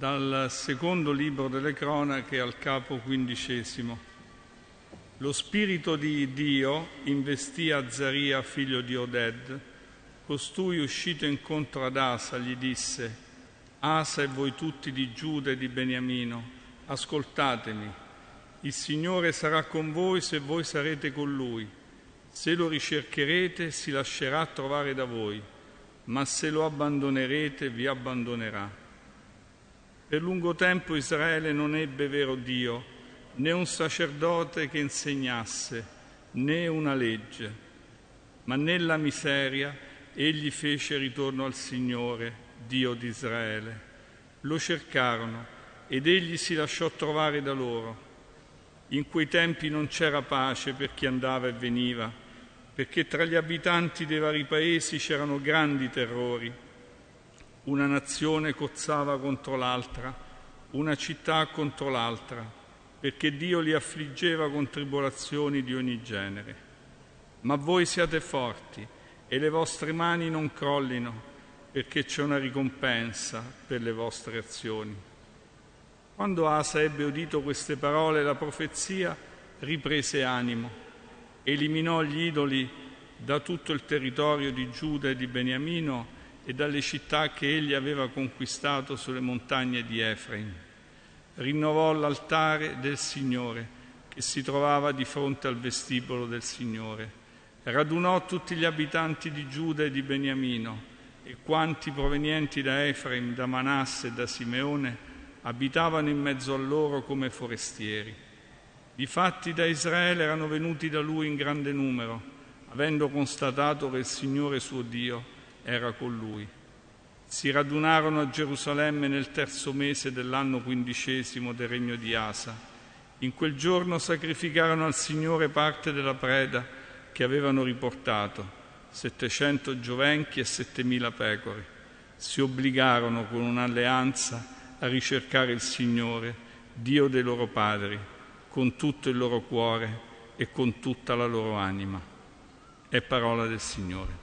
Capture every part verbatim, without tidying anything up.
Dal secondo libro delle Cronache al capo quindicesimo. Lo spirito di Dio investì Azzaria, figlio di Oded. Costui, uscito incontro ad Asa, gli disse: Asa e voi tutti di Giuda e di Beniamino, ascoltatemi. Il Signore sarà con voi se voi sarete con Lui. Se lo ricercherete, si lascerà trovare da voi, ma se lo abbandonerete, vi abbandonerà. Per lungo tempo Israele non ebbe vero Dio, né un sacerdote che insegnasse, né una legge. Ma nella miseria egli fece ritorno al Signore, Dio di Israele. Lo cercarono ed egli si lasciò trovare da loro. In quei tempi non c'era pace per chi andava e veniva, perché tra gli abitanti dei vari paesi c'erano grandi terrori. Una nazione cozzava contro l'altra, una città contro l'altra, perché Dio li affliggeva con tribolazioni di ogni genere. Ma voi siate forti e le vostre mani non crollino, perché c'è una ricompensa per le vostre azioni. Quando Asa ebbe udito queste parole, la profezia riprese animo, eliminò gli idoli da tutto il territorio di Giuda e di Beniamino e dalle città che egli aveva conquistato sulle montagne di Efraim. Rinnovò l'altare del Signore che si trovava di fronte al vestibolo del Signore. Radunò tutti gli abitanti di Giuda e di Beniamino e quanti provenienti da Efraim, da Manasse e da Simeone abitavano in mezzo a loro come forestieri. Difatti da Israele erano venuti da lui in grande numero, avendo constatato che il Signore suo Dio era con lui. Si radunarono a Gerusalemme nel terzo mese dell'anno quindicesimo del regno di Asa. In quel giorno sacrificarono al Signore parte della preda che avevano riportato, settecento giovenchi e settemila pecore. Si obbligarono con un'alleanza a ricercare il Signore, Dio dei loro padri, con tutto il loro cuore e con tutta la loro anima. È parola del Signore.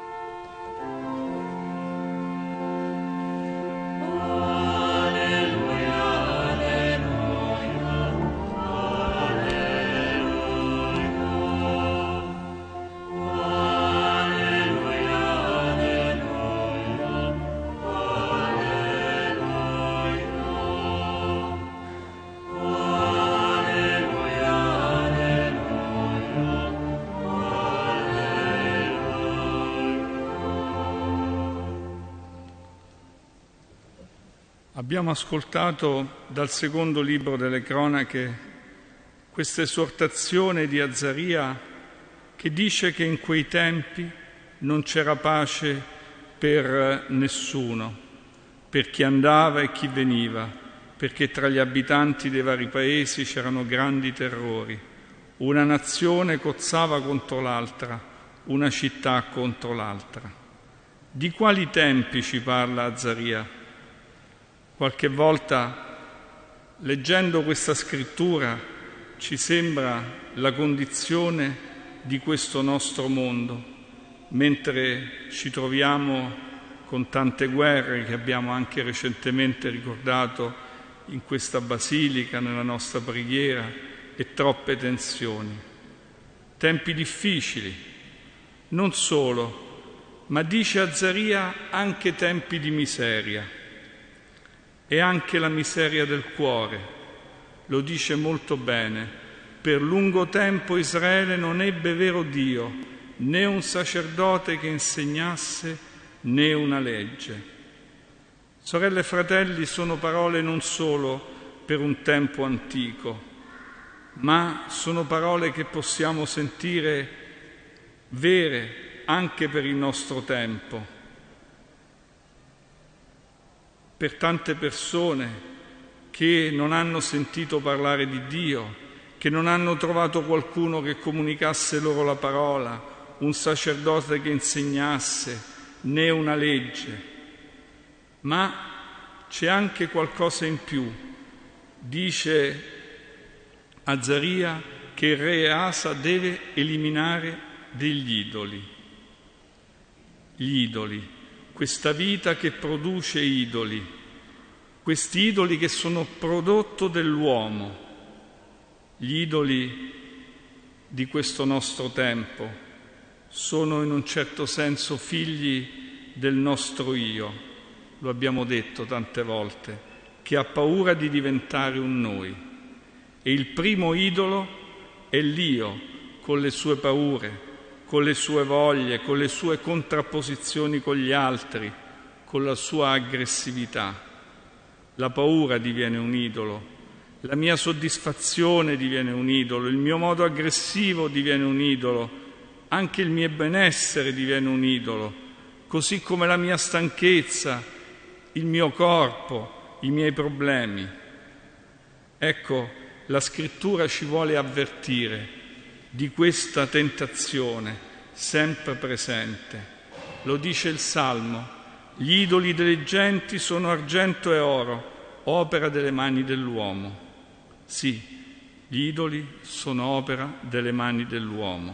Abbiamo ascoltato dal secondo libro delle Cronache questa esortazione di Azzaria che dice che in quei tempi non c'era pace per nessuno, per chi andava e chi veniva, perché tra gli abitanti dei vari paesi c'erano grandi terrori. Una nazione cozzava contro l'altra, una città contro l'altra. Di quali tempi ci parla Azzaria? Qualche volta, leggendo questa scrittura, ci sembra la condizione di questo nostro mondo, mentre ci troviamo con tante guerre che abbiamo anche recentemente ricordato in questa basilica, nella nostra preghiera, e troppe tensioni. Tempi difficili, non solo, ma dice Azzaria anche tempi di miseria. E anche la miseria del cuore, lo dice molto bene. Per lungo tempo Israele non ebbe vero Dio, né un sacerdote che insegnasse, né una legge. Sorelle e fratelli, sono parole non solo per un tempo antico, ma sono parole che possiamo sentire vere anche per il nostro tempo. Per tante persone che non hanno sentito parlare di Dio, che non hanno trovato qualcuno che comunicasse loro la parola, un sacerdote che insegnasse, né una legge. Ma c'è anche qualcosa in più. Dice Azzaria che il re Asa deve eliminare degli idoli. Gli idoli. Questa vita che produce idoli. questi idoli che sono prodotto dell'uomo, gli idoli di questo nostro tempo, sono in un certo senso figli del nostro io, lo abbiamo detto tante volte, che ha paura di diventare un noi. E il primo idolo è l'io, con le sue paure, con le sue voglie, con le sue contrapposizioni con gli altri, con la sua aggressività. La paura diviene un idolo, la mia soddisfazione diviene un idolo, il mio modo aggressivo diviene un idolo, anche il mio benessere diviene un idolo, così come la mia stanchezza, il mio corpo, i miei problemi. Ecco, la Scrittura ci vuole avvertire di questa tentazione sempre presente. Lo dice il Salmo: gli idoli delle genti sono argento e oro, opera delle mani dell'uomo. Sì, gli idoli sono opera delle mani dell'uomo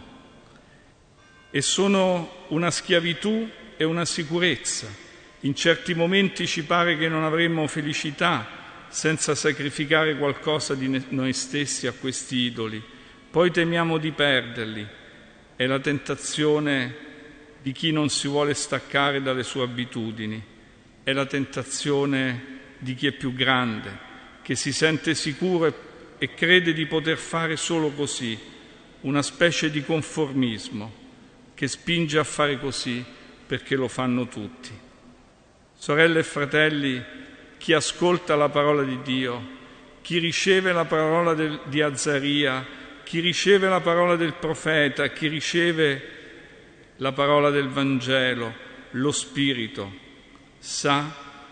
e sono una schiavitù e una sicurezza. In certi momenti ci pare che non avremmo felicità senza sacrificare qualcosa di noi stessi a questi idoli, poi temiamo di perderli. È la tentazione di chi non si vuole staccare dalle sue abitudini, è la tentazione di chi è più grande, che si sente sicuro e, e crede di poter fare solo così, una specie di conformismo che spinge a fare così perché lo fanno tutti. Sorelle e fratelli, chi ascolta la parola di Dio, chi riceve la parola del, di Azzaria, chi riceve la parola del profeta, chi riceve la parola del Vangelo, lo Spirito, sa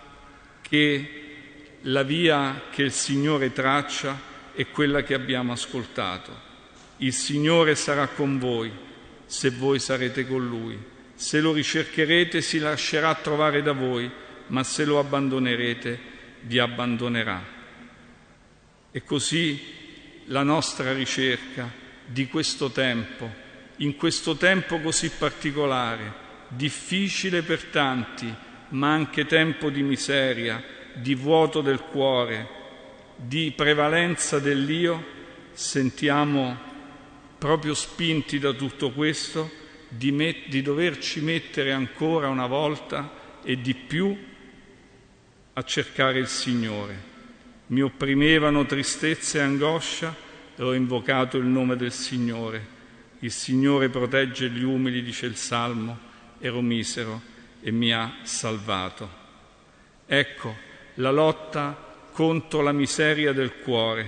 che la via che il Signore traccia è quella che abbiamo ascoltato. Il Signore sarà con voi se voi sarete con Lui. Se lo ricercherete si lascerà trovare da voi, ma se lo abbandonerete vi abbandonerà. E così la nostra ricerca di questo tempo, in questo tempo così particolare, difficile per tanti, ma anche tempo di miseria, di vuoto del cuore, di prevalenza dell'io, sentiamo proprio spinti da tutto questo di, met- di doverci mettere ancora una volta e di più a cercare il Signore. Mi opprimevano tristezza e angoscia e ho invocato il nome del Signore. Il Signore protegge gli umili, dice il Salmo, ero misero e mi ha salvato. Ecco, la lotta contro la miseria del cuore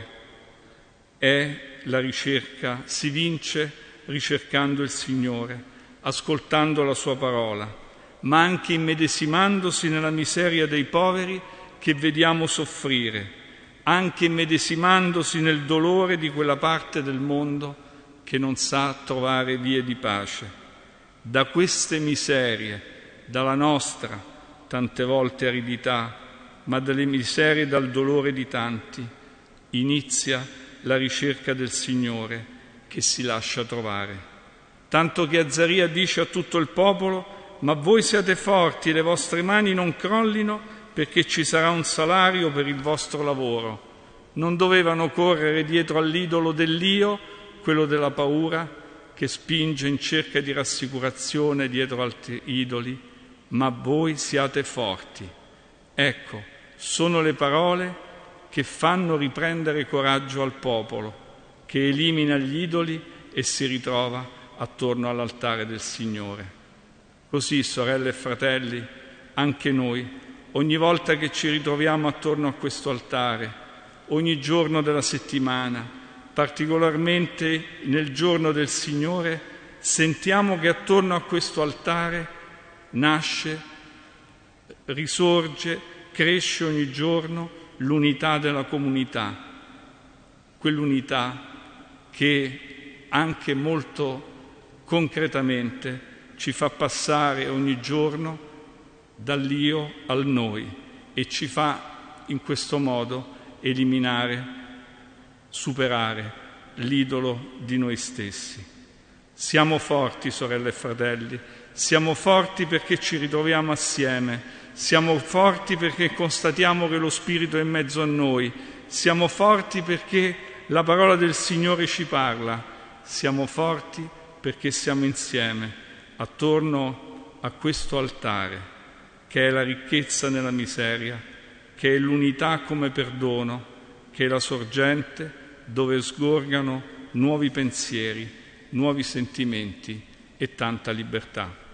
è la ricerca, si vince ricercando il Signore, ascoltando la Sua parola, ma anche immedesimandosi nella miseria dei poveri che vediamo soffrire, anche immedesimandosi nel dolore di quella parte del mondo che non sa trovare vie di pace. Da queste miserie, dalla nostra tante volte aridità, ma dalle miserie e dal dolore di tanti, inizia la ricerca del Signore che si lascia trovare. Tanto che Azzaria dice a tutto il popolo: ma voi siate forti e le vostre mani non crollino, perché ci sarà un salario per il vostro lavoro. Non dovevano correre dietro all'idolo dell'io, quello della paura, che spinge in cerca di rassicurazione dietro altri idoli, ma voi siate forti. Ecco, sono le parole che fanno riprendere coraggio al popolo, che elimina gli idoli e si ritrova attorno all'altare del Signore. Così, sorelle e fratelli, anche noi, ogni volta che ci ritroviamo attorno a questo altare, ogni giorno della settimana, particolarmente nel giorno del Signore, sentiamo che attorno a questo altare nasce, risorge, cresce ogni giorno l'unità della comunità, quell'unità che anche molto concretamente ci fa passare ogni giorno dall'io al noi e ci fa in questo modo eliminare, superare l'idolo di noi stessi. Siamo forti, sorelle e fratelli, siamo forti perché ci ritroviamo assieme, Siamo forti perché constatiamo che lo Spirito è in mezzo a noi. Siamo forti perché la parola del Signore ci parla. Siamo forti perché siamo insieme attorno a questo altare, che è la ricchezza nella miseria, che è l'unità come perdono, che è la sorgente dove sgorgano nuovi pensieri, nuovi sentimenti e tanta libertà.